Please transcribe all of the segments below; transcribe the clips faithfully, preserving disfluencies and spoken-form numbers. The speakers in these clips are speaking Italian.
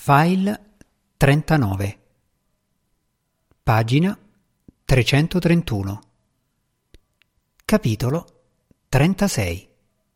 File trentanove, pagina trecentotrentuno, capitolo trentasei.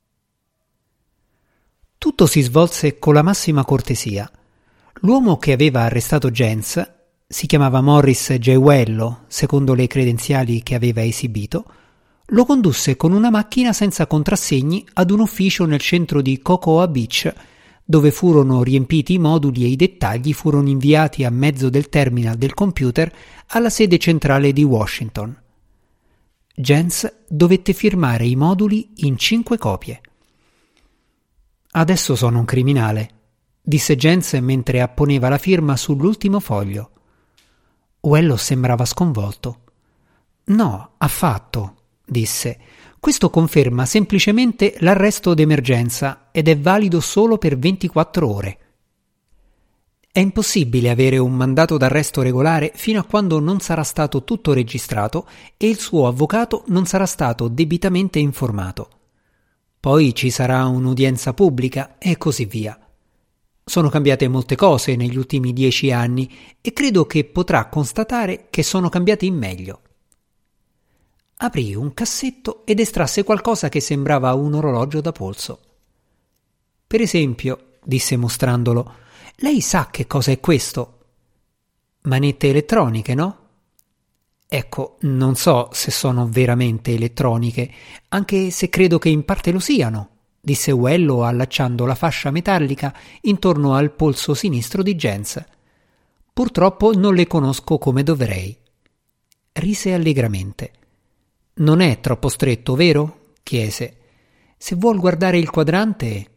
Tutto si svolse con la massima cortesia. L'uomo che aveva arrestato Jens, si chiamava Morris Jewello, secondo le credenziali che aveva esibito, lo condusse con una macchina senza contrassegni ad un ufficio nel centro di Cocoa Beach, dove furono riempiti i moduli e i dettagli furono inviati a mezzo del terminal del computer alla sede centrale di Washington. Jens dovette firmare i moduli in cinque copie. «Adesso sono un criminale», disse Jens mentre apponeva la firma sull'ultimo foglio. Wello sembrava sconvolto. «No, affatto», disse. «Questo conferma semplicemente l'arresto d'emergenza ed è valido solo per ventiquattro ore. È impossibile avere un mandato d'arresto regolare fino a quando non sarà stato tutto registrato e il suo avvocato non sarà stato debitamente informato. Poi ci sarà un'udienza pubblica e così via. Sono cambiate molte cose negli ultimi dieci anni e credo che potrà constatare che sono cambiate in meglio». Aprì un cassetto ed estrasse qualcosa che sembrava un orologio da polso. «Per esempio», disse mostrandolo, «lei sa che cosa è questo?» «Manette elettroniche, no?» «Ecco, non so se sono veramente elettroniche, anche se credo che in parte lo siano», disse Wello allacciando la fascia metallica intorno al polso sinistro di Jens. «Purtroppo non le conosco come dovrei». Rise allegramente. «Non è troppo stretto, vero?» chiese. «Se vuol guardare il quadrante...»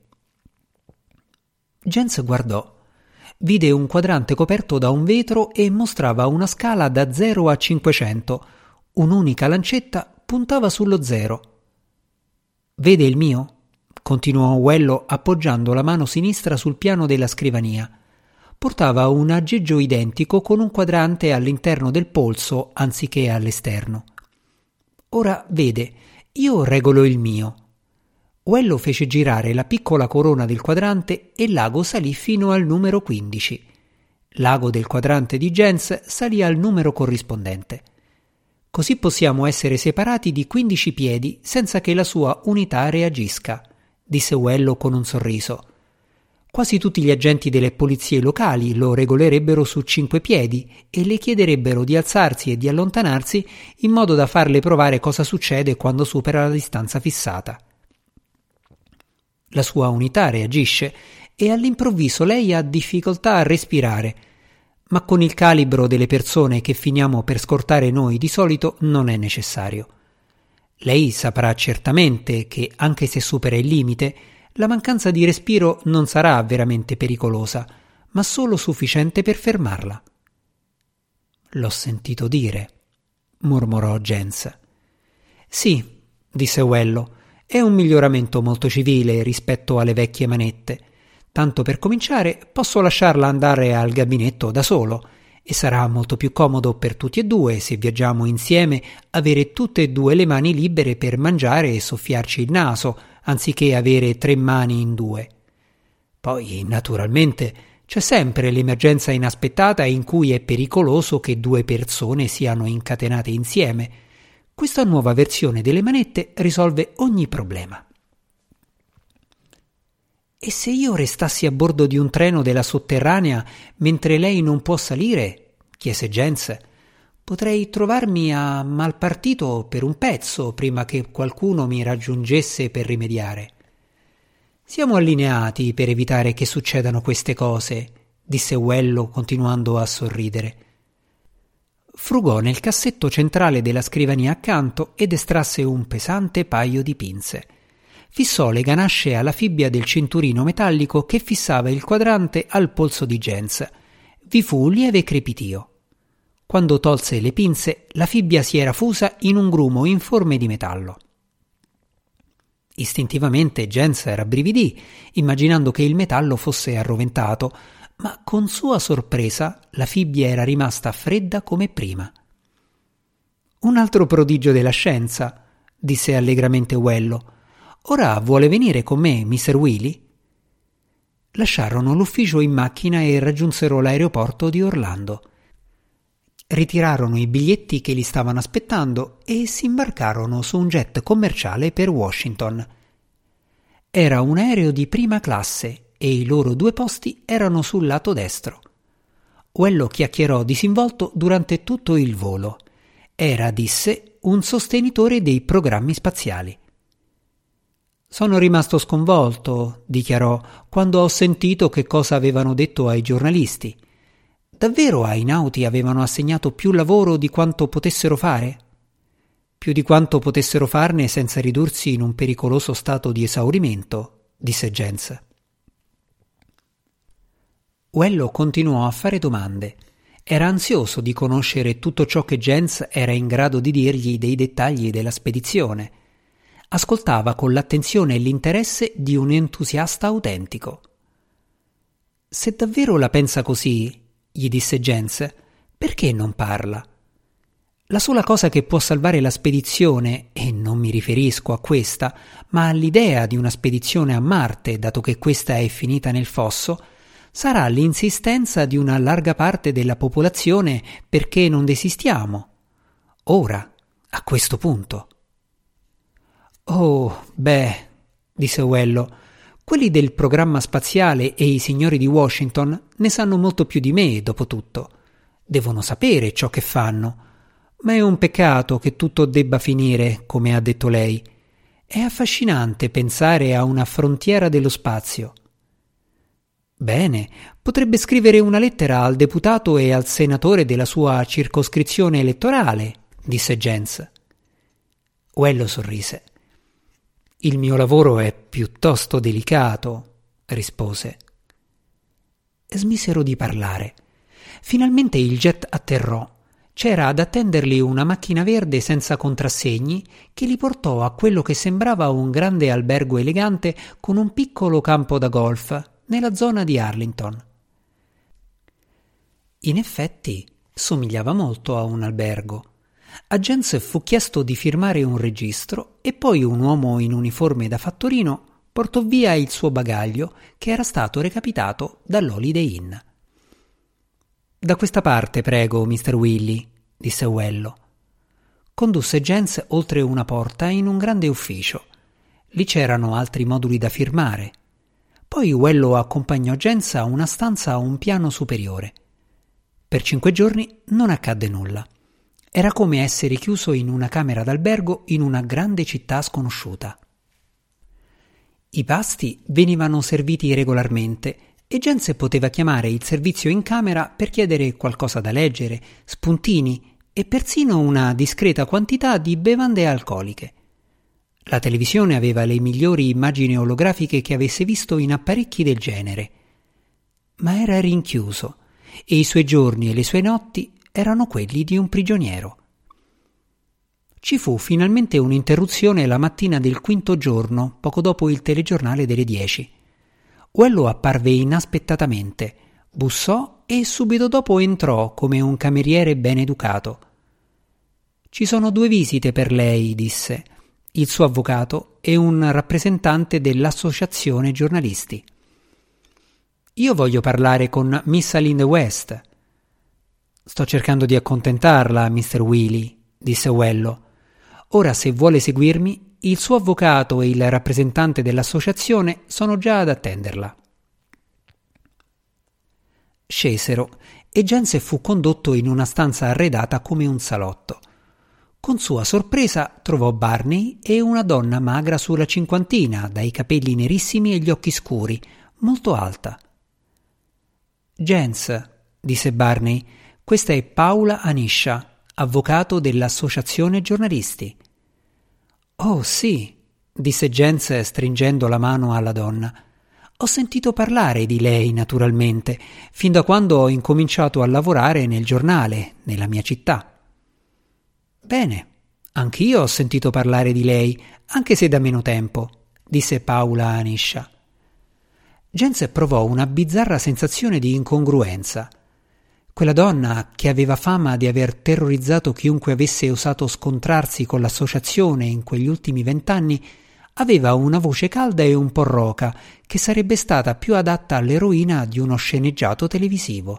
Jens guardò. Vide un quadrante coperto da un vetro e mostrava una scala da zero a cinquecento. Un'unica lancetta puntava sullo zero. «Vede il mio?» continuò Wello appoggiando la mano sinistra sul piano della scrivania. Portava un aggeggio identico con un quadrante all'interno del polso anziché all'esterno. «Ora vede, io regolo il mio». Wello fece girare la piccola corona del quadrante e l'ago salì fino al numero quindici. L'ago del quadrante di Jens salì al numero corrispondente. «Così possiamo essere separati di quindici piedi senza che la sua unità reagisca», disse Wello con un sorriso. «Quasi tutti gli agenti delle polizie locali lo regolerebbero su cinque piedi e le chiederebbero di alzarsi e di allontanarsi in modo da farle provare cosa succede quando supera la distanza fissata. La sua unità reagisce e all'improvviso lei ha difficoltà a respirare, ma con il calibro delle persone che finiamo per scortare noi di solito non è necessario. Lei saprà certamente che, anche se supera il limite, la mancanza di respiro non sarà veramente pericolosa, ma solo sufficiente per fermarla». «L'ho sentito dire», mormorò Jens. «Sì», disse Wello, «è un miglioramento molto civile rispetto alle vecchie manette. Tanto per cominciare posso lasciarla andare al gabinetto da solo e sarà molto più comodo per tutti e due, se viaggiamo insieme, avere tutte e due le mani libere per mangiare e soffiarci il naso, anziché avere tre mani in due. Poi, naturalmente, c'è sempre l'emergenza inaspettata in cui è pericoloso che due persone siano incatenate insieme. Questa nuova versione delle manette risolve ogni problema». «E se io restassi a bordo di un treno della sotterranea mentre lei non può salire?» chiese Jens. «Potrei trovarmi a mal partito per un pezzo prima che qualcuno mi raggiungesse per rimediare». «Siamo allineati per evitare che succedano queste cose», disse Wello continuando a sorridere. Frugò nel cassetto centrale della scrivania accanto ed estrasse un pesante paio di pinze. Fissò le ganasce alla fibbia del cinturino metallico che fissava il quadrante al polso di Jens. Vi fu un lieve crepitio. Quando tolse le pinze, la fibbia si era fusa in un grumo informe di metallo. Istintivamente Jens rabbrividì, immaginando che il metallo fosse arroventato, ma con sua sorpresa la fibbia era rimasta fredda come prima. «Un altro prodigio della scienza», disse allegramente Wello. «Ora vuole venire con me, mister Willy?» Lasciarono l'ufficio in macchina e raggiunsero l'aeroporto di Orlando. Ritirarono i biglietti che li stavano aspettando e si imbarcarono su un jet commerciale per Washington. Era un aereo di prima classe e i loro due posti erano sul lato destro. Uello chiacchierò disinvolto durante tutto il volo. Era, disse, un sostenitore dei programmi spaziali. Sono rimasto sconvolto, dichiarò, quando ho sentito che cosa avevano detto ai giornalisti. Davvero ai nauti avevano assegnato più lavoro di quanto potessero fare? Più di quanto potessero farne senza ridursi in un pericoloso stato di esaurimento, disse Jens. Uello continuò a fare domande. Era ansioso di conoscere tutto ciò che Jens era in grado di dirgli dei dettagli della spedizione. Ascoltava con l'attenzione e l'interesse di un entusiasta autentico. Se davvero la pensa così, gli disse Jens, perché non parla? La sola cosa che può salvare la spedizione, e non mi riferisco a questa, ma all'idea di una spedizione a Marte, dato che questa è finita nel fosso, sarà l'insistenza di una larga parte della popolazione perché non desistiamo. Ora, a questo punto. Oh, beh, disse Uello, quelli del programma spaziale e i signori di Washington ne sanno molto più di me, dopo tutto. Devono sapere ciò che fanno. Ma è un peccato che tutto debba finire, come ha detto lei. È affascinante pensare a una frontiera dello spazio. Bene, potrebbe scrivere una lettera al deputato e al senatore della sua circoscrizione elettorale, disse Jens. Uello sorrise. Il mio lavoro è piuttosto delicato, rispose. Smisero di parlare. Finalmente il jet atterrò. C'era ad attenderli una macchina verde senza contrassegni che li portò a quello che sembrava un grande albergo elegante con un piccolo campo da golf nella zona di Arlington. In effetti somigliava molto a un albergo. A Jens fu chiesto di firmare un registro e poi un uomo in uniforme da fattorino portò via il suo bagaglio che era stato recapitato dall'Holiday Inn. Da questa parte, prego, mister Willy, disse Uello. Condusse Jens oltre una porta in un grande ufficio. Lì c'erano altri moduli da firmare. Poi Uello accompagnò Jens a una stanza a un piano superiore. Per cinque giorni non accadde nulla. Era come essere chiuso in una camera d'albergo in una grande città sconosciuta. I pasti venivano serviti regolarmente e Jens poteva chiamare il servizio in camera per chiedere qualcosa da leggere, spuntini e persino una discreta quantità di bevande alcoliche. La televisione aveva le migliori immagini olografiche che avesse visto in apparecchi del genere. Ma era rinchiuso e i suoi giorni e le sue notti erano quelli di un prigioniero. Ci fu finalmente un'interruzione la mattina del quinto giorno, poco dopo il telegiornale delle dieci. Uello apparve inaspettatamente, bussò e subito dopo entrò come un cameriere ben educato. «Ci sono due visite per lei», disse, il suo avvocato e un rappresentante dell'associazione giornalisti. «Io voglio parlare con Miss Alinda West». «Sto cercando di accontentarla, mister Willy», disse Uello. «Ora, se vuole seguirmi, il suo avvocato e il rappresentante dell'associazione sono già ad attenderla». Scesero e Jens fu condotto in una stanza arredata come un salotto. Con sua sorpresa trovò Barney e una donna magra sulla cinquantina, dai capelli nerissimi e gli occhi scuri, molto alta. «Jens», disse Barney, «questa è Paula Anisha, avvocato dell'associazione giornalisti». «Oh sì», disse Jens stringendo la mano alla donna. «Ho sentito parlare di lei, naturalmente, fin da quando ho incominciato a lavorare nel giornale, nella mia città». «Bene, anch'io ho sentito parlare di lei, anche se da meno tempo», disse Paula Anisha. Jens provò una bizzarra sensazione di incongruenza. Quella donna, che aveva fama di aver terrorizzato chiunque avesse osato scontrarsi con l'associazione in quegli ultimi vent'anni, Aveva una voce calda e un po' roca, che sarebbe stata più adatta all'eroina di uno sceneggiato televisivo.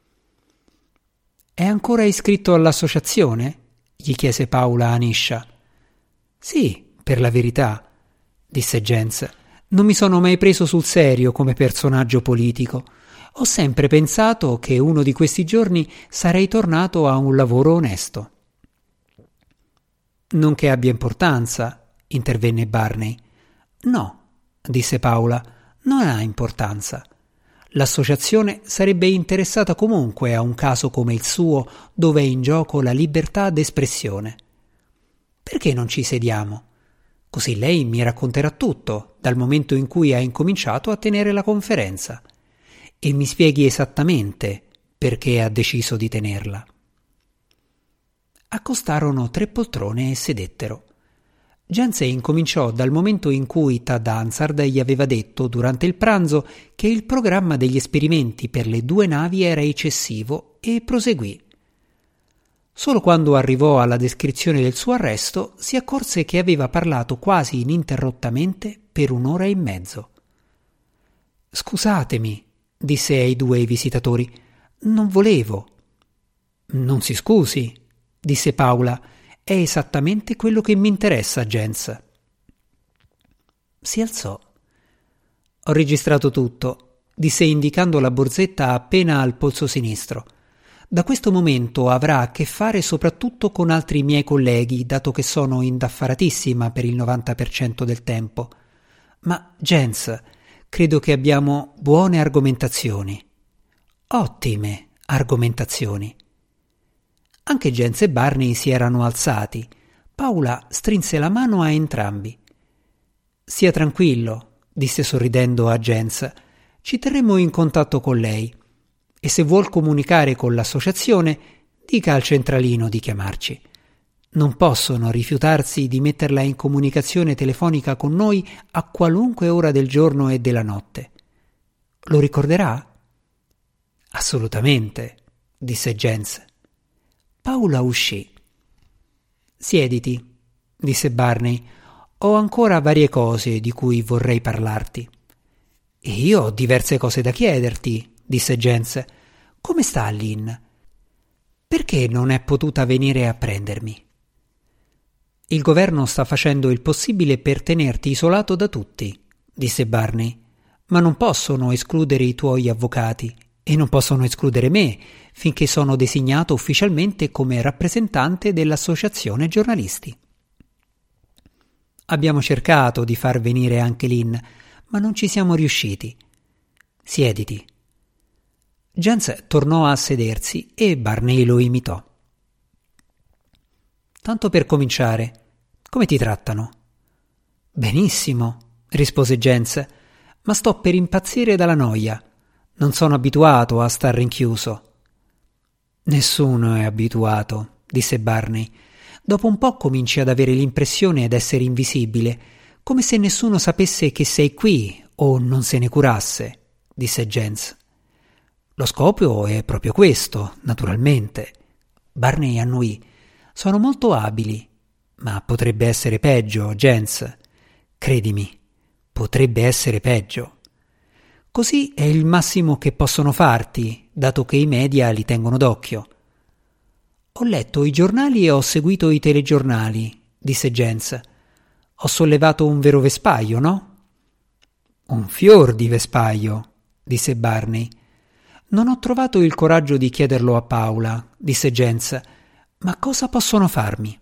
«È ancora iscritto all'associazione?» gli chiese Paula Aniscia. «Sì, per la verità», disse Jens. «Non mi sono mai preso sul serio come personaggio politico. Ho sempre pensato che uno di questi giorni sarei tornato a un lavoro onesto». «Non che abbia importanza», intervenne Barney. «No», disse Paula, «non ha importanza. L'associazione sarebbe interessata comunque a un caso come il suo, dove è in gioco la libertà d'espressione. Perché non ci sediamo? Così lei mi racconterà tutto, dal momento in cui ha incominciato a tenere la conferenza, e mi spieghi esattamente perché ha deciso di tenerla». Accostarono tre poltrone e sedettero. Jens incominciò dal momento in cui Tad Hansard gli aveva detto durante il pranzo che il programma degli esperimenti per le due navi era eccessivo e proseguì. Solo quando arrivò alla descrizione del suo arresto si accorse che aveva parlato quasi ininterrottamente per un'ora e mezzo. «Scusatemi», disse ai due visitatori, «non volevo». «Non si scusi», disse Paula, «è esattamente quello che mi interessa, Jens». Si alzò. «Ho registrato tutto», disse indicando la borsetta appena al polso sinistro. «Da questo momento avrà a che fare soprattutto con altri miei colleghi, dato che sono indaffaratissima per il novanta per cento del tempo. Ma, Jens, credo che abbiamo buone argomentazioni. Ottime argomentazioni». Anche Jens e Barney si erano alzati. Paula strinse la mano a entrambi. «Sia tranquillo», disse sorridendo a Jens, «ci terremo in contatto con lei. E se vuol comunicare con l'associazione, dica al centralino di chiamarci. Non possono rifiutarsi di metterla in comunicazione telefonica con noi a qualunque ora del giorno e della notte. Lo ricorderà?» «Assolutamente», disse Jens. Paula uscì. «Siediti», disse Barney. «Ho ancora varie cose di cui vorrei parlarti». «E io ho diverse cose da chiederti», disse Jens. «Come sta Lynn? Perché non è potuta venire a prendermi?» «Il governo sta facendo il possibile per tenerti isolato da tutti», disse Barney. «Ma non possono escludere i tuoi avvocati e non possono escludere me finché sono designato ufficialmente come rappresentante dell'associazione giornalisti. Abbiamo cercato di far venire anche Lynn, ma non ci siamo riusciti. Siediti». Jens tornò a sedersi e Barney lo imitò. «Tanto per cominciare, come ti trattano?» «Benissimo», rispose Jens, «ma sto per impazzire dalla noia. Non sono abituato a star rinchiuso». «Nessuno è abituato», disse Barney. «Dopo un po' cominci ad avere l'impressione d'essere invisibile, come se nessuno sapesse che sei qui o non se ne curasse», disse Jens. «Lo scopo è proprio questo, naturalmente». Barney annuì. «Sono molto abili, ma potrebbe essere peggio, Jens. Credimi, potrebbe essere peggio. Così è il massimo che possono farti, dato che i media li tengono d'occhio». «Ho letto i giornali e ho seguito i telegiornali», disse Jens. «Ho sollevato un vero vespaio, no?» «Un fior di vespaio», disse Barney. «Non ho trovato il coraggio di chiederlo a Paula», disse Jens. «Ma cosa possono farmi?»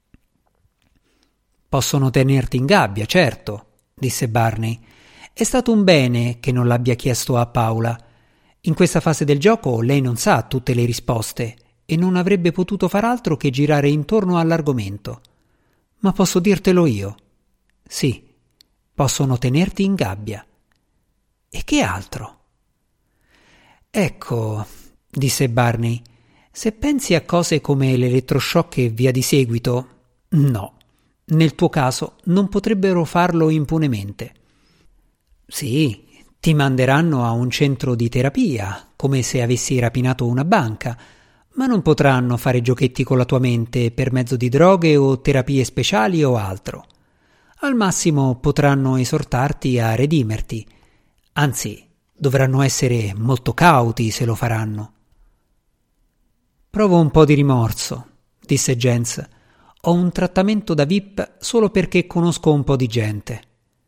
«Possono tenerti in gabbia, certo», disse Barney. «È stato un bene che non l'abbia chiesto a Paula. In questa fase del gioco lei non sa tutte le risposte e non avrebbe potuto far altro che girare intorno all'argomento. Ma posso dirtelo io. Sì, possono tenerti in gabbia. E che altro?» «Ecco», disse Barney, «se pensi a cose come l'elettroshock e via di seguito, no, nel tuo caso non potrebbero farlo impunemente. Sì, ti manderanno a un centro di terapia, come se avessi rapinato una banca, ma non potranno fare giochetti con la tua mente per mezzo di droghe o terapie speciali o altro. Al massimo potranno esortarti a redimerti, anzi, dovranno essere molto cauti se lo faranno. Provo un po' di rimorso, disse Jens. Ho un trattamento da V I P solo perché conosco un po' di gente.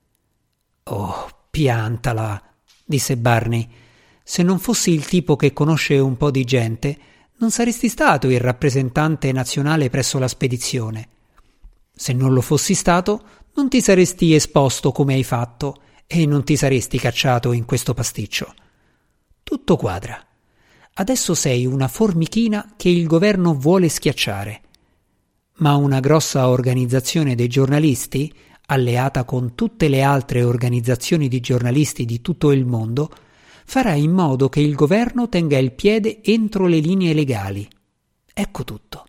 Oh, piantala, disse Barney. Se non fossi il tipo che conosce un po' di gente, non saresti stato il rappresentante nazionale presso la spedizione. Se non lo fossi stato, non ti saresti esposto come hai fatto e non ti saresti cacciato in questo pasticcio. Tutto quadra. Adesso sei una formichina che il governo vuole schiacciare. Ma una grossa organizzazione dei giornalisti, alleata con tutte le altre organizzazioni di giornalisti di tutto il mondo, farà in modo che il governo tenga il piede entro le linee legali. Ecco tutto.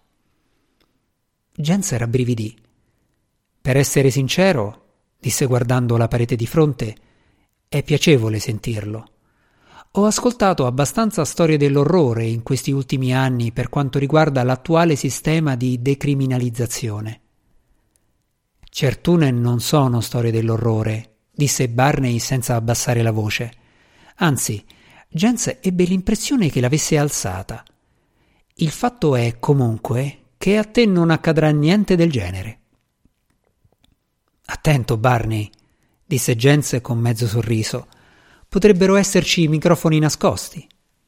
Jens rabbrividì. Per essere sincero, disse guardando la parete di fronte, è piacevole sentirlo. Ho ascoltato abbastanza storie dell'orrore in questi ultimi anni per quanto riguarda l'attuale sistema di decriminalizzazione. Certune non sono storie dell'orrore, disse Barney senza abbassare la voce. Anzi, Jens ebbe l'impressione che l'avesse alzata. Il fatto è, comunque, che a te non accadrà niente del genere. Attento, Barney, disse Jens con mezzo sorriso. Potrebbero esserci microfoni nascosti.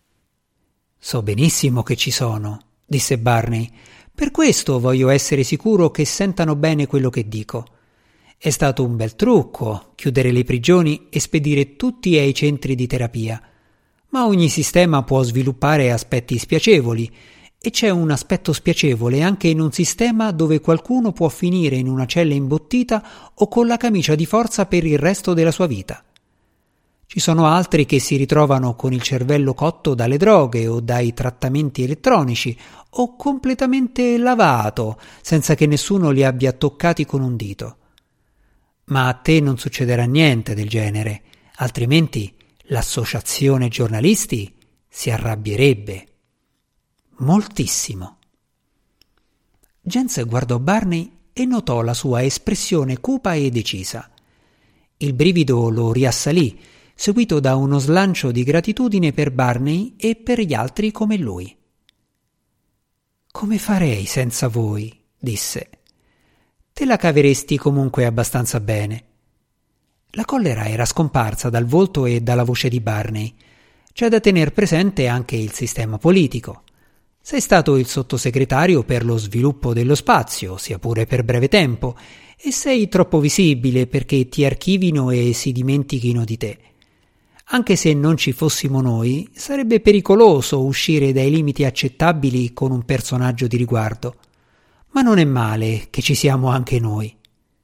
So benissimo che ci sono, disse Barney. Per questo voglio essere sicuro che sentano bene quello che dico. È stato un bel trucco chiudere le prigioni e spedire tutti ai centri di terapia. Ma ogni sistema può sviluppare aspetti spiacevoli, e c'è un aspetto spiacevole anche in un sistema dove qualcuno può finire in una cella imbottita o con la camicia di forza per il resto della sua vita. Ci sono altri che si ritrovano con il cervello cotto dalle droghe o dai trattamenti elettronici o completamente lavato senza che nessuno li abbia toccati con un dito. Ma a te non succederà niente del genere, altrimenti l'associazione giornalisti si arrabbierebbe. Moltissimo. Jens guardò Barney e notò la sua espressione cupa e decisa. Il brivido lo riassalì, seguito da uno slancio di gratitudine per Barney e per gli altri come lui. «Come farei senza voi?» disse. «Te la caveresti comunque abbastanza bene». La collera era scomparsa dal volto e dalla voce di Barney. C'è da tener presente anche il sistema politico. Sei stato il sottosegretario per lo sviluppo dello spazio, sia pure per breve tempo, e sei troppo visibile perché ti archivino e si dimentichino di te. Anche se non ci fossimo noi, sarebbe pericoloso uscire dai limiti accettabili con un personaggio di riguardo. Ma non è male che ci siamo anche noi.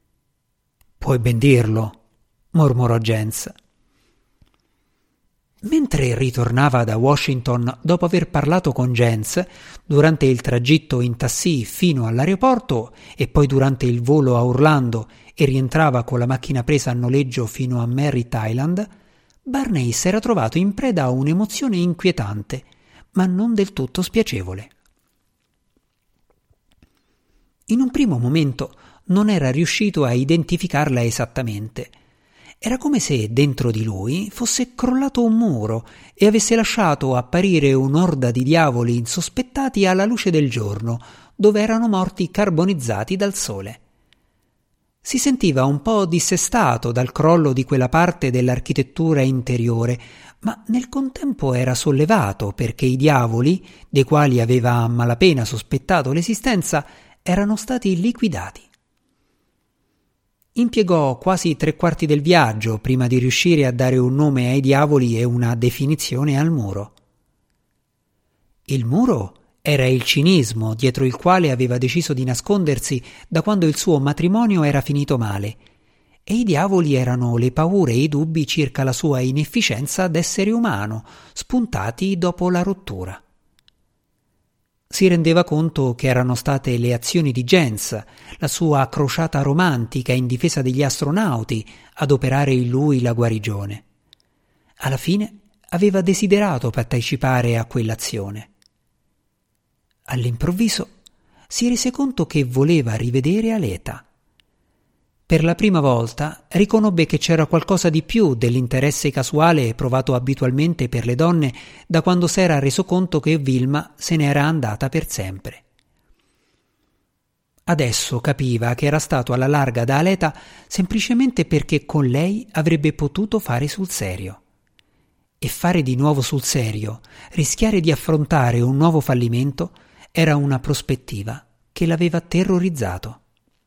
Puoi ben dirlo, mormorò Jens. Mentre ritornava da Washington dopo aver parlato con Jens, durante il tragitto in taxi fino all'aeroporto e poi durante il volo a Orlando e rientrava con la macchina presa a noleggio fino a Merritt Island, Barney s'era trovato in preda a un'emozione inquietante, ma non del tutto spiacevole. In un primo momento non era riuscito a identificarla esattamente. Era come se dentro di lui fosse crollato un muro e avesse lasciato apparire un'orda di diavoli insospettati alla luce del giorno, dove erano morti carbonizzati dal sole. Si sentiva un po' dissestato dal crollo di quella parte dell'architettura interiore, ma nel contempo era sollevato perché i diavoli, dei quali aveva a malapena sospettato l'esistenza, erano stati liquidati. Impiegò quasi tre quarti del viaggio prima di riuscire a dare un nome ai diavoli e una definizione al muro. Il muro era il cinismo dietro il quale aveva deciso di nascondersi da quando il suo matrimonio era finito male, e i diavoli erano le paure e i dubbi circa la sua inefficienza d'essere umano, spuntati dopo la rottura. Si rendeva conto che erano state le azioni di Jens, la sua crociata romantica in difesa degli astronauti, ad operare in lui la guarigione. Alla fine aveva desiderato partecipare a quell'azione. All'improvviso si rese conto che voleva rivedere Aleta. Per la prima volta riconobbe che c'era qualcosa di più dell'interesse casuale provato abitualmente per le donne da quando s'era reso conto che Vilma se n'era andata per sempre. Adesso capiva che era stato alla larga da Aleta semplicemente perché con lei avrebbe potuto fare sul serio. E fare di nuovo sul serio, rischiare di affrontare un nuovo fallimento, era una prospettiva che l'aveva terrorizzato.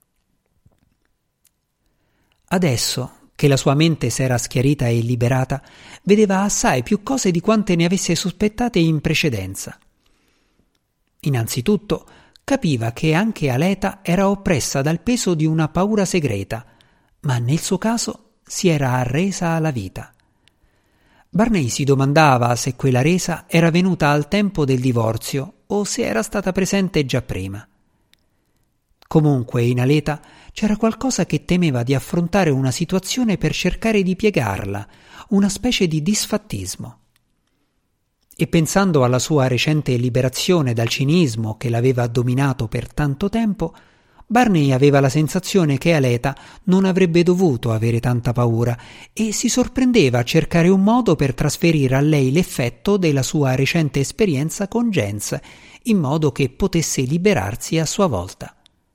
Adesso che la sua mente s'era schiarita e liberata, vedeva assai più cose di quante ne avesse sospettate in precedenza. Innanzitutto capiva che anche Aleta era oppressa dal peso di una paura segreta, ma nel suo caso si era arresa alla vita. Barney si domandava se quella resa era venuta al tempo del divorzio o se era stata presente già prima. Comunque in Aleta c'era qualcosa che temeva di affrontare una situazione per cercare di piegarla, una specie di disfattismo. E pensando alla sua recente liberazione dal cinismo che l'aveva dominato per tanto tempo, Barney aveva la sensazione che Aleta non avrebbe dovuto avere tanta paura e si sorprendeva a cercare un modo per trasferire a lei l'effetto della sua recente esperienza con Jens, in modo che potesse liberarsi a sua volta.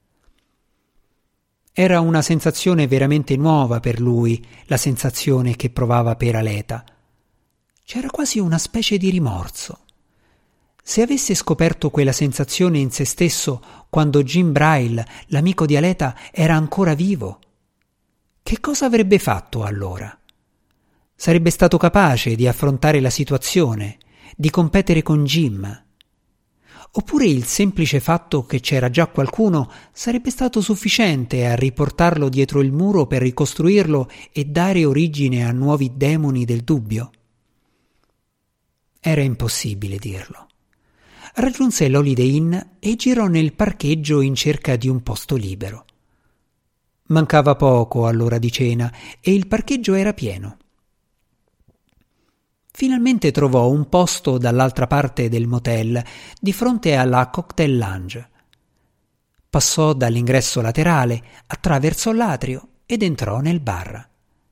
Era una sensazione veramente nuova per lui, la sensazione che provava per Aleta. C'era quasi una specie di rimorso. Se avesse scoperto quella sensazione in se stesso quando Jim Braille, l'amico di Aleta, era ancora vivo, che cosa avrebbe fatto allora? Sarebbe stato capace di affrontare la situazione, di competere con Jim? Oppure il semplice fatto che c'era già qualcuno sarebbe stato sufficiente a riportarlo dietro il muro per ricostruirlo e dare origine a nuovi demoni del dubbio? Era impossibile dirlo. Raggiunse l'Holiday Inn e girò nel parcheggio in cerca di un posto libero. Mancava poco all'ora di cena e il parcheggio era pieno. Finalmente trovò un posto dall'altra parte del motel, di fronte alla cocktail lounge. Passò dall'ingresso laterale, attraversò l'atrio ed entrò nel bar.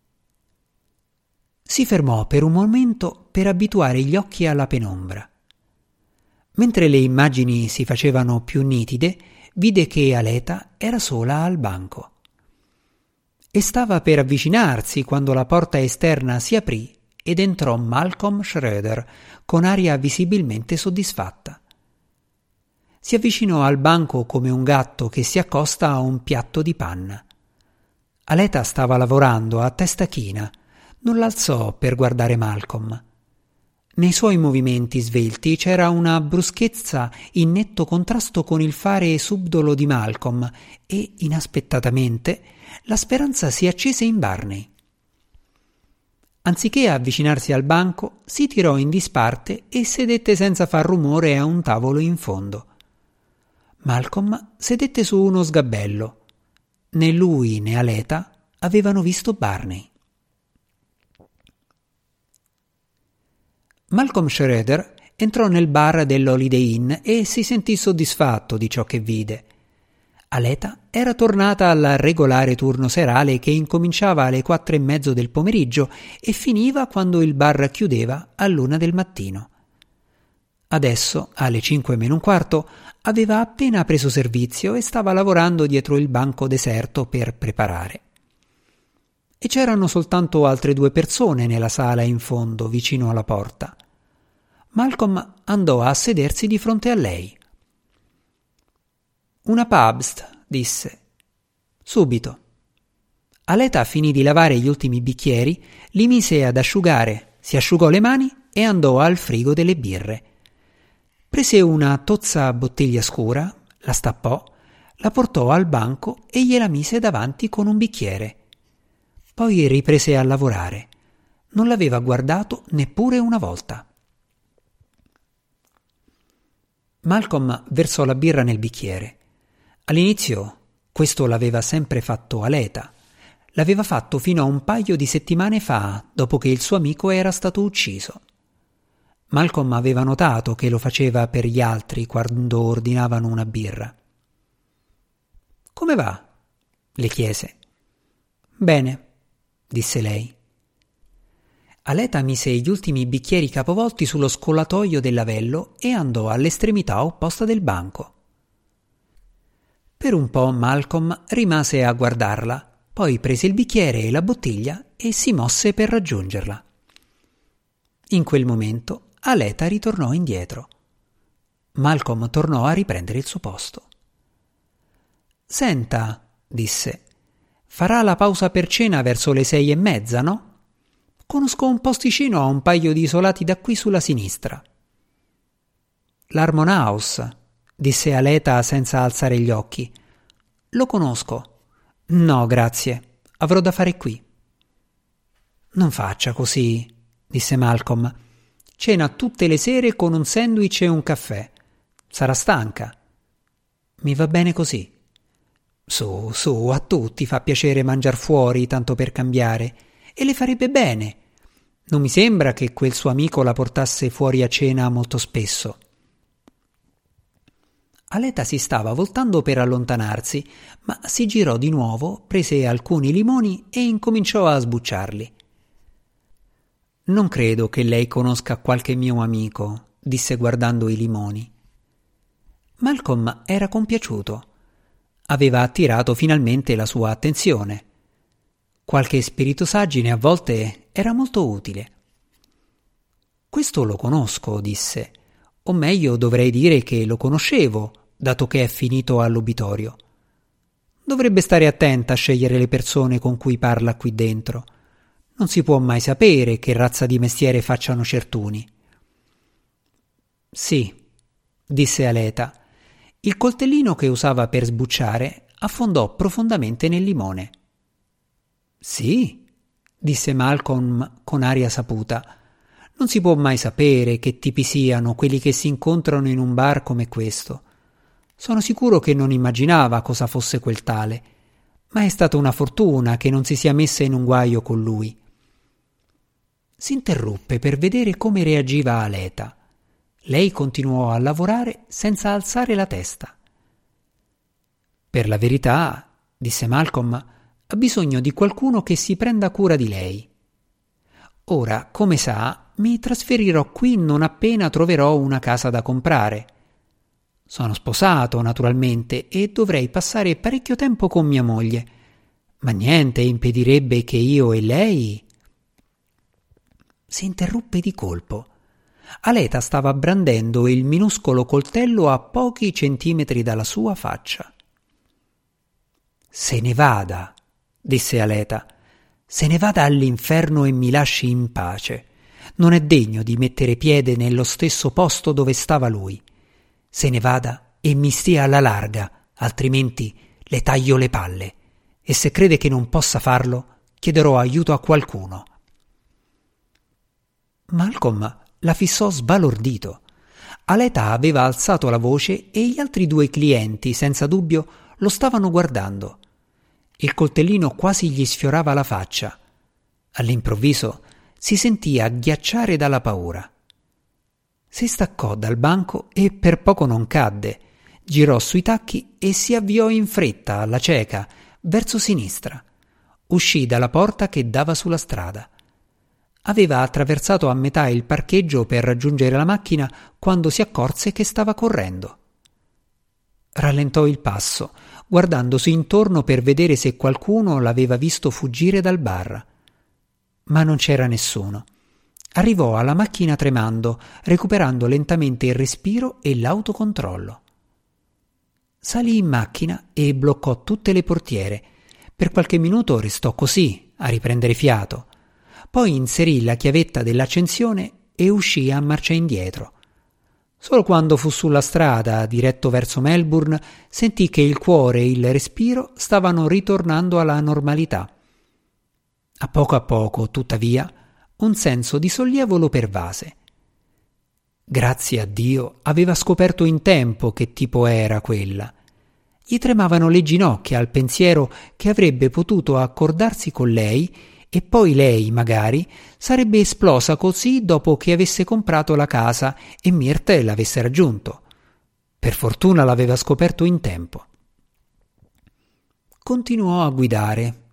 Si fermò per un momento per abituare gli occhi alla penombra. Mentre le immagini si facevano più nitide, vide che Aleta era sola al banco. E stava per avvicinarsi quando la porta esterna si aprì ed entrò Malcolm Schroeder con aria visibilmente soddisfatta. Si avvicinò al banco come un gatto che si accosta a un piatto di panna. Aleta stava lavorando a testa china, non l'alzò per guardare Malcolm. Nei suoi movimenti svelti c'era una bruschezza in netto contrasto con il fare subdolo di Malcolm e, inaspettatamente, la speranza si accese in Barney. Anziché avvicinarsi al banco, si tirò in disparte e sedette senza far rumore a un tavolo in fondo. Malcolm sedette su uno sgabello. Né lui né Aleta avevano visto Barney. Malcolm Schroeder entrò nel bar dell'Holiday Inn e si sentì soddisfatto di ciò che vide. Aleta era tornata al regolare turno serale che incominciava alle quattro e mezzo del pomeriggio e finiva quando il bar chiudeva all'una del mattino. Adesso, alle cinque meno un quarto, aveva appena preso servizio e stava lavorando dietro il banco deserto per preparare. E c'erano soltanto altre due persone nella sala in fondo, vicino alla porta. Malcolm andò a sedersi di fronte a lei. «Una Pabst», disse. «Subito». Aleta finì di lavare gli ultimi bicchieri, li mise ad asciugare, si asciugò le mani e andò al frigo delle birre. Prese una tozza bottiglia scura, la stappò, la portò al banco e gliela mise davanti con un bicchiere. Poi riprese a lavorare. Non l'aveva guardato neppure una volta. Malcolm versò la birra nel bicchiere. All'inizio questo l'aveva sempre fatto Aleta. L'aveva fatto fino a un paio di settimane fa, dopo che il suo amico era stato ucciso. Malcolm aveva notato che lo faceva per gli altri quando ordinavano una birra. «Come va?» le chiese. Bene, disse lei. Aleta mise gli ultimi bicchieri capovolti sullo scollatoio del lavello e andò all'estremità opposta del banco. Per un po' Malcolm rimase a guardarla, poi prese il bicchiere e la bottiglia e si mosse per raggiungerla. In quel momento Aleta ritornò indietro. Malcolm tornò a riprendere il suo posto. «Senta», disse, «farà la pausa per cena verso le sei e mezza, no? Conosco un posticino a un paio di isolati da qui sulla sinistra». «L'Harmon House», disse Aleta senza alzare gli occhi. «Lo conosco». «No, grazie. Avrò da fare qui». «Non faccia così», disse Malcolm. «Cena tutte le sere con un sandwich e un caffè. Sarà stanca». «Mi va bene così». «Su, su, a tutti fa piacere mangiar fuori, tanto per cambiare, e le farebbe bene. Non mi sembra che quel suo amico la portasse fuori a cena molto spesso». Aleta si stava voltando per allontanarsi, ma si girò di nuovo, prese alcuni limoni e incominciò a sbucciarli. «Non credo che lei conosca qualche mio amico», disse guardando i limoni. Malcolm era compiaciuto. Aveva attirato finalmente la sua attenzione. Qualche spiritosaggine a volte era molto utile. «Questo lo conosco», disse, «o meglio dovrei dire che lo conoscevo, dato che è finito all'obitorio. Dovrebbe stare attenta a scegliere le persone con cui parla qui dentro. Non si può mai sapere che razza di mestiere facciano certuni». «Sì», disse Aleta. Il coltellino che usava per sbucciare affondò profondamente nel limone. «Sì», disse Malcolm con aria saputa. «Non si può mai sapere che tipi siano quelli che si incontrano in un bar come questo. Sono sicuro che non immaginava cosa fosse quel tale, ma è stata una fortuna che non si sia messa in un guaio con lui». Si interruppe per vedere come reagiva Aleta. Lei continuò a lavorare senza alzare la testa. «Per la verità», disse Malcolm, «ha bisogno di qualcuno che si prenda cura di lei. Ora, come sa, mi trasferirò qui non appena troverò una casa da comprare. Sono sposato, naturalmente, e dovrei passare parecchio tempo con mia moglie, ma niente impedirebbe che io e lei...» Si interruppe di colpo. Aleta stava brandendo il minuscolo coltello a pochi centimetri dalla sua faccia. «Se ne vada», disse Aleta. «Se ne vada all'inferno e mi lasci in pace. Non è degno di mettere piede nello stesso posto dove stava lui. Se ne vada e mi stia alla larga, altrimenti le taglio le palle. E se crede che non possa farlo, chiederò aiuto a qualcuno». Malcolm la fissò sbalordito. Aleta aveva alzato la voce e gli altri due clienti, senza dubbio, lo stavano guardando. Il coltellino quasi gli sfiorava la faccia. All'improvviso si sentì agghiacciare dalla paura. Si staccò dal banco e per poco non cadde. Girò sui tacchi e si avviò in fretta, alla cieca, verso sinistra. Uscì dalla porta che dava sulla strada. Aveva attraversato a metà il parcheggio per raggiungere la macchina quando si accorse che stava correndo. Rallentò il passo, guardandosi intorno per vedere se qualcuno l'aveva visto fuggire dal bar. Ma non c'era nessuno. Arrivò alla macchina tremando, recuperando lentamente il respiro e l'autocontrollo. Salì in macchina e bloccò tutte le portiere. Per qualche minuto restò così, a riprendere fiato. Poi inserì la chiavetta dell'accensione e uscì a marcia indietro. Solo quando fu sulla strada, diretto verso Melbourne, sentì che il cuore e il respiro stavano ritornando alla normalità. A poco a poco, tuttavia, un senso di sollievo lo pervase. Grazie a Dio aveva scoperto in tempo che tipo era quella. Gli tremavano le ginocchia al pensiero che avrebbe potuto accordarsi con lei e poi lei, magari, sarebbe esplosa così dopo che avesse comprato la casa e Myrtle l'avesse raggiunto. Per fortuna l'aveva scoperto in tempo. Continuò a guidare,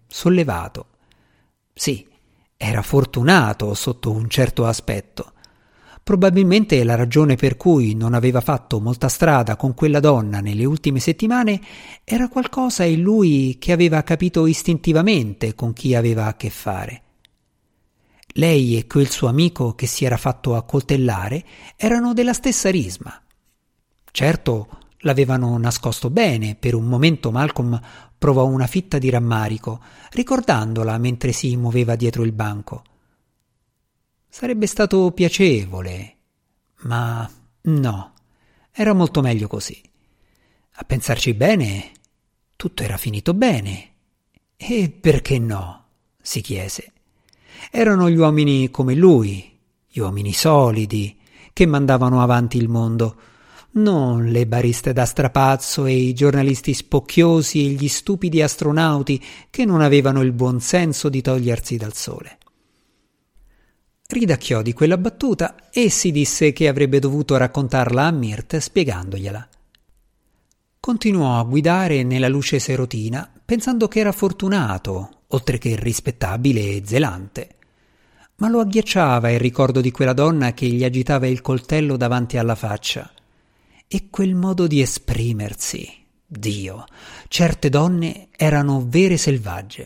sollevato. Sì, era fortunato sotto un certo aspetto. Probabilmente la ragione per cui non aveva fatto molta strada con quella donna nelle ultime settimane era qualcosa in lui che aveva capito istintivamente con chi aveva a che fare. Lei e quel suo amico che si era fatto accoltellare erano della stessa risma. Certo, l'avevano nascosto bene. Per un momento Malcolm provò una fitta di rammarico, ricordandola mentre si muoveva dietro il banco. Sarebbe stato piacevole, ma no, era molto meglio così. A pensarci bene, tutto era finito bene. E perché no? Si chiese. Erano gli uomini come lui, gli uomini solidi, che mandavano avanti il mondo, non le bariste da strapazzo e i giornalisti spocchiosi e gli stupidi astronauti che non avevano il buon senso di togliersi dal sole. Ridacchiò di quella battuta e si disse che avrebbe dovuto raccontarla a Mirt spiegandogliela. Continuò a guidare nella luce serotina pensando che era fortunato, oltre che rispettabile e zelante. Ma lo agghiacciava il ricordo di quella donna che gli agitava il coltello davanti alla faccia. E quel modo di esprimersi. Dio, certe donne erano vere selvagge.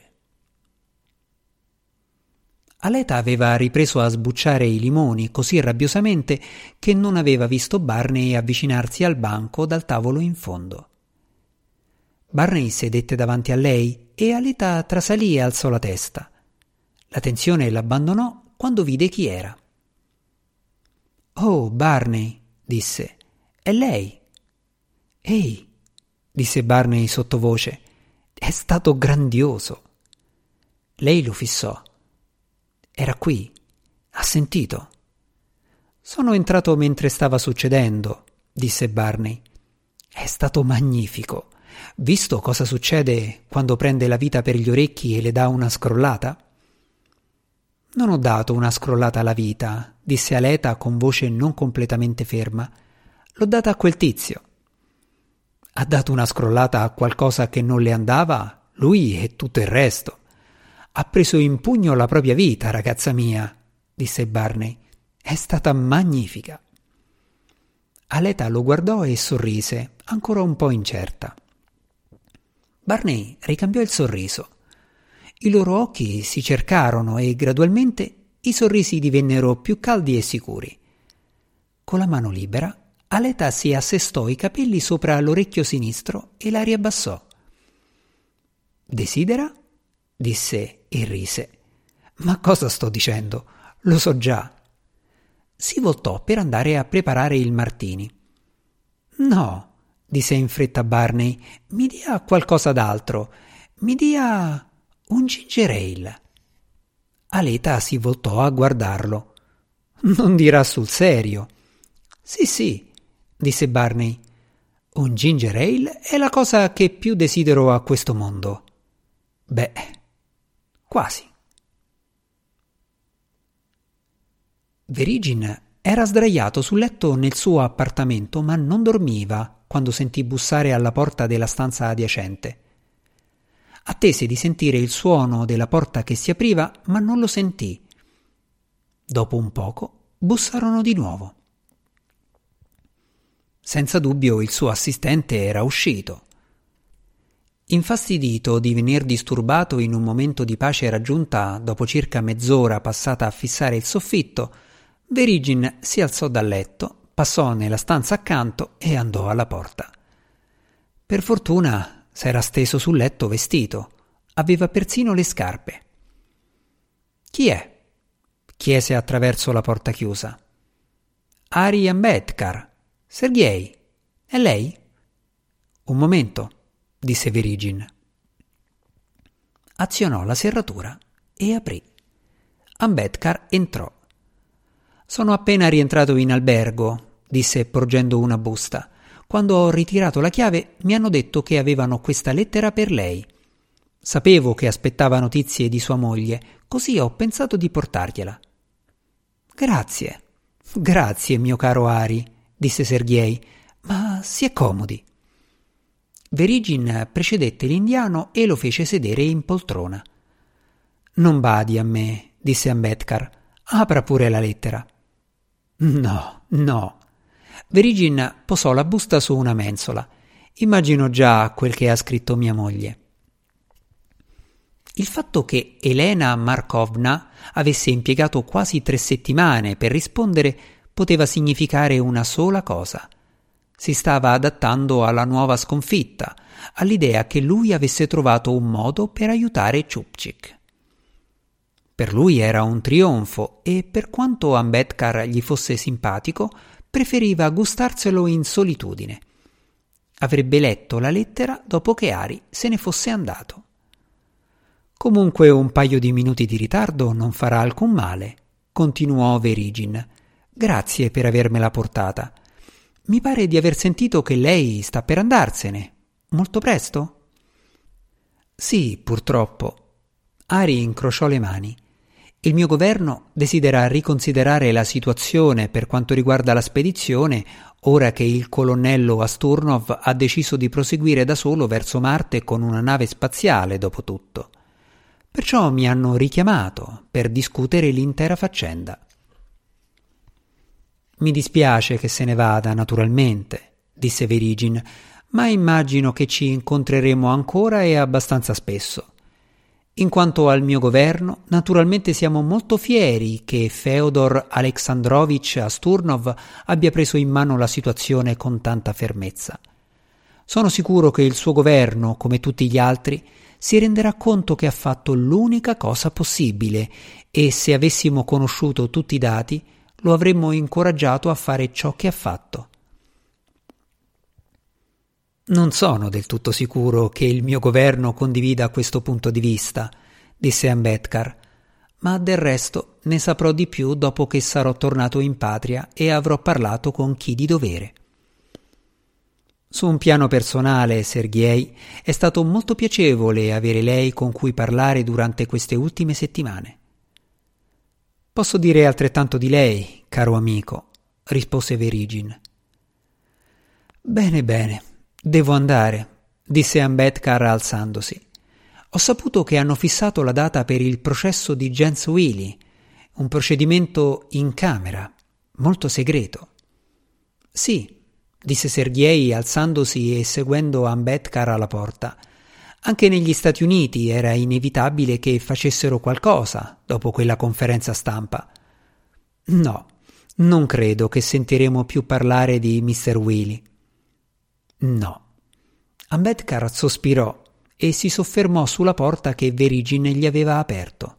Aleta aveva ripreso a sbucciare i limoni così rabbiosamente che non aveva visto Barney avvicinarsi al banco dal tavolo in fondo. Barney sedette davanti a lei e Aleta trasalì e alzò la testa. La tensione l'abbandonò quando vide chi era. «Oh, Barney», disse, «è lei?» «Ehi», disse Barney sottovoce, «è stato grandioso». Lei lo fissò. «Era qui? Ha sentito?» «Sono entrato mentre stava succedendo», disse Barney. «È stato magnifico. Visto cosa succede quando prende la vita per gli orecchi e le dà una scrollata?» «Non ho dato una scrollata alla vita», disse Aleta con voce non completamente ferma. «L'ho data a quel tizio». «Ha dato una scrollata a qualcosa che non le andava? Lui e tutto il resto». «Ha preso in pugno la propria vita, ragazza mia», disse Barney. «È stata magnifica». Aleta lo guardò e sorrise, ancora un po' incerta. Barney ricambiò il sorriso. I loro occhi si cercarono e gradualmente i sorrisi divennero più caldi e sicuri. Con la mano libera, Aleta si assestò i capelli sopra l'orecchio sinistro e la riabbassò. «Desidera?» disse e rise. «Ma cosa sto dicendo? Lo so già». Si voltò per andare a preparare il martini. «No», disse in fretta Barney, «mi dia qualcosa d'altro. Mi dia un ginger ale». Aleta si voltò a guardarlo. «Non dirà sul serio?» «Sì, sì», disse Barney. «Un ginger ale è la cosa che più desidero a questo mondo». «Beh, quasi». Verigin era sdraiato sul letto nel suo appartamento, ma non dormiva quando sentì bussare alla porta della stanza adiacente. Attese di sentire il suono della porta che si apriva, ma non lo sentì. Dopo un poco bussarono di nuovo. Senza dubbio il suo assistente era uscito. Infastidito di venir disturbato in un momento di pace raggiunta dopo circa mezz'ora passata a fissare il soffitto, Verigin si alzò dal letto, passò nella stanza accanto e andò alla porta. Per fortuna s'era steso sul letto vestito, aveva persino le scarpe. «Chi è?» chiese attraverso la porta chiusa. «Ari Ambedkar. Sergei. È lei?» «Un momento», disse Verigin. Azionò la serratura e aprì. Ambedkar entrò. «Sono appena rientrato in albergo», disse porgendo una busta. «Quando ho ritirato la chiave mi hanno detto che avevano questa lettera per lei. Sapevo che aspettava notizie di sua moglie, così ho pensato di portargliela». «Grazie, grazie, mio caro Ari», disse Sergei, «ma si accomodi». Verigin precedette l'indiano e lo fece sedere in poltrona. Non badi a me, disse Ambedkar. Apra pure la lettera. No, no. Verigin posò la busta su una mensola. Immagino già quel che ha scritto mia moglie. Il fatto che Elena Markovna avesse impiegato quasi tre settimane per rispondere poteva significare una sola cosa. Si stava adattando alla nuova sconfitta, all'idea che lui avesse trovato un modo per aiutare Ciupcic. Per lui era un trionfo e, per quanto Ambedkar gli fosse simpatico, preferiva gustarselo in solitudine. Avrebbe letto la lettera dopo che Ari se ne fosse andato. Comunque un paio di minuti di ritardo non farà alcun male, continuò Verigin. Grazie per avermela portata. Mi pare di aver sentito che lei sta per andarsene. Molto presto? Sì, purtroppo. Ari incrociò le mani. Il mio governo desidera riconsiderare la situazione per quanto riguarda la spedizione ora che il colonnello Asturnov ha deciso di proseguire da solo verso Marte con una nave spaziale, dopo tutto. Perciò mi hanno richiamato per discutere l'intera faccenda. Mi dispiace che se ne vada, naturalmente, disse Verigin, ma immagino che ci incontreremo ancora e abbastanza spesso. In quanto al mio governo, naturalmente siamo molto fieri che Feodor Alexandrovich Asturnov abbia preso in mano la situazione con tanta fermezza. Sono sicuro che il suo governo, come tutti gli altri, si renderà conto che ha fatto l'unica cosa possibile e se avessimo conosciuto tutti i dati lo avremmo incoraggiato a fare ciò che ha fatto. Non sono del tutto sicuro che il mio governo condivida questo punto di vista, disse Ambedkar, ma del resto ne saprò di più dopo che sarò tornato in patria e avrò parlato con chi di dovere. Su un piano personale, Sergei, è stato molto piacevole avere lei con cui parlare durante queste ultime settimane. Posso dire altrettanto di lei, caro amico, rispose Verigin. Bene, bene, devo andare, disse Ambedkar alzandosi. Ho saputo che hanno fissato la data per il processo di Jens Willy, un procedimento in camera, molto segreto. Sì, disse Sergei alzandosi e seguendo Ambedkar alla porta. Anche negli Stati Uniti era inevitabile che facessero qualcosa dopo quella conferenza stampa. No, non credo che sentiremo più parlare di mister Willy. No. Ambedkar sospirò e si soffermò sulla porta che Verigin gli aveva aperto.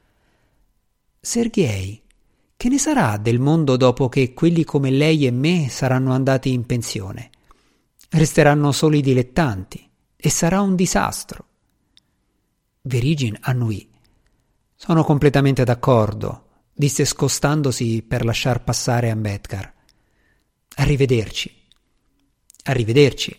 Sergei, che ne sarà del mondo dopo che quelli come lei e me saranno andati in pensione? Resteranno soli dilettanti e sarà un disastro. Verigin annuì. Sono completamente d'accordo, disse scostandosi per lasciar passare Ambedkar. Arrivederci. Arrivederci.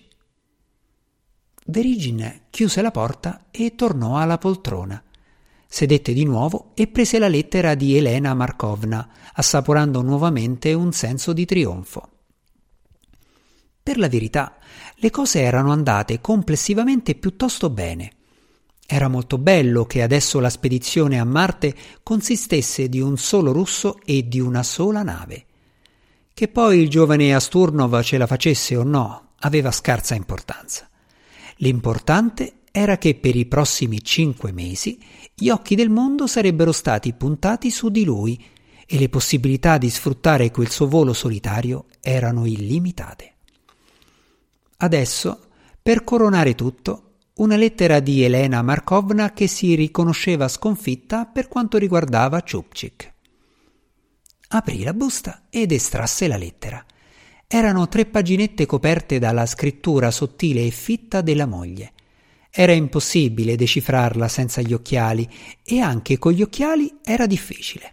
Verigin chiuse la porta e tornò alla poltrona. Sedette di nuovo e prese la lettera di Elena Markovna, assaporando nuovamente un senso di trionfo. Per la verità, le cose erano andate complessivamente piuttosto bene. Era molto bello che adesso la spedizione a Marte consistesse di un solo russo e di una sola nave. Che poi il giovane Asturnov ce la facesse o no, aveva scarsa importanza. L'importante era che per i prossimi cinque mesi gli occhi del mondo sarebbero stati puntati su di lui e le possibilità di sfruttare quel suo volo solitario erano illimitate. Adesso, per coronare tutto, una lettera di Elena Markovna che si riconosceva sconfitta per quanto riguardava Ciupcic. Aprì la busta ed estrasse la lettera. Erano tre paginette coperte dalla scrittura sottile e fitta della moglie. Era impossibile decifrarla senza gli occhiali e anche con gli occhiali era difficile.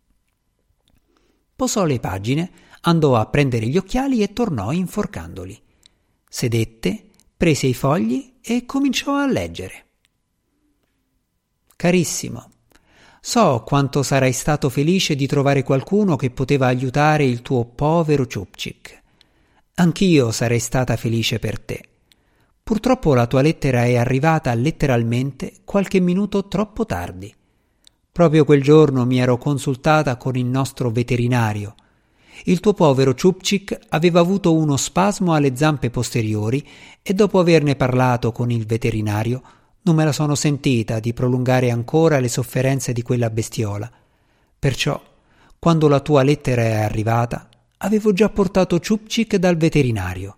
Posò le pagine, andò a prendere gli occhiali e tornò inforcandoli. Sedette, prese i fogli e cominciò a leggere. Carissimo, so quanto sarai stato felice di trovare qualcuno che poteva aiutare il tuo povero Ciupcic. Anch'io sarei stata felice per te. Purtroppo la tua lettera è arrivata letteralmente qualche minuto troppo tardi. Proprio quel giorno mi ero consultata con il nostro veterinario. Il tuo povero Ciupcic aveva avuto uno spasmo alle zampe posteriori e dopo averne parlato con il veterinario non me la sono sentita di prolungare ancora le sofferenze di quella bestiola. Perciò, quando la tua lettera è arrivata, avevo già portato Ciupcic dal veterinario.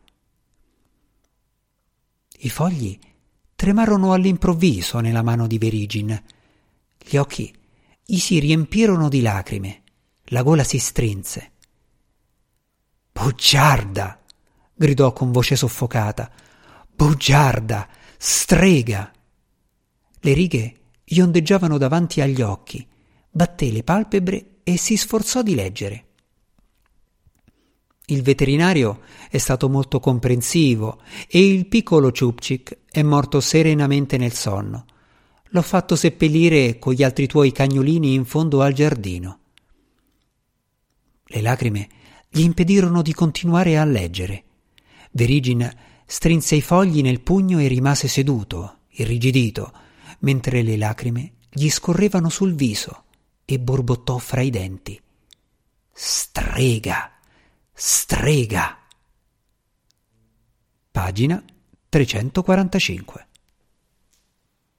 I fogli tremarono all'improvviso nella mano di Verigine. Gli occhi gli si riempirono di lacrime, la gola si strinse. «Bugiarda!» gridò con voce soffocata. «Bugiarda! Strega!» Le righe gli ondeggiavano davanti agli occhi, batté le palpebre e si sforzò di leggere. Il veterinario è stato molto comprensivo e il piccolo Ciupcic è morto serenamente nel sonno. L'ho fatto seppellire con gli altri tuoi cagnolini in fondo al giardino. Le lacrime gli impedirono di continuare a leggere. Verigine strinse i fogli nel pugno e rimase seduto, irrigidito, mentre le lacrime gli scorrevano sul viso e borbottò fra i denti. Strega! Strega! Pagina trecentoquarantacinque.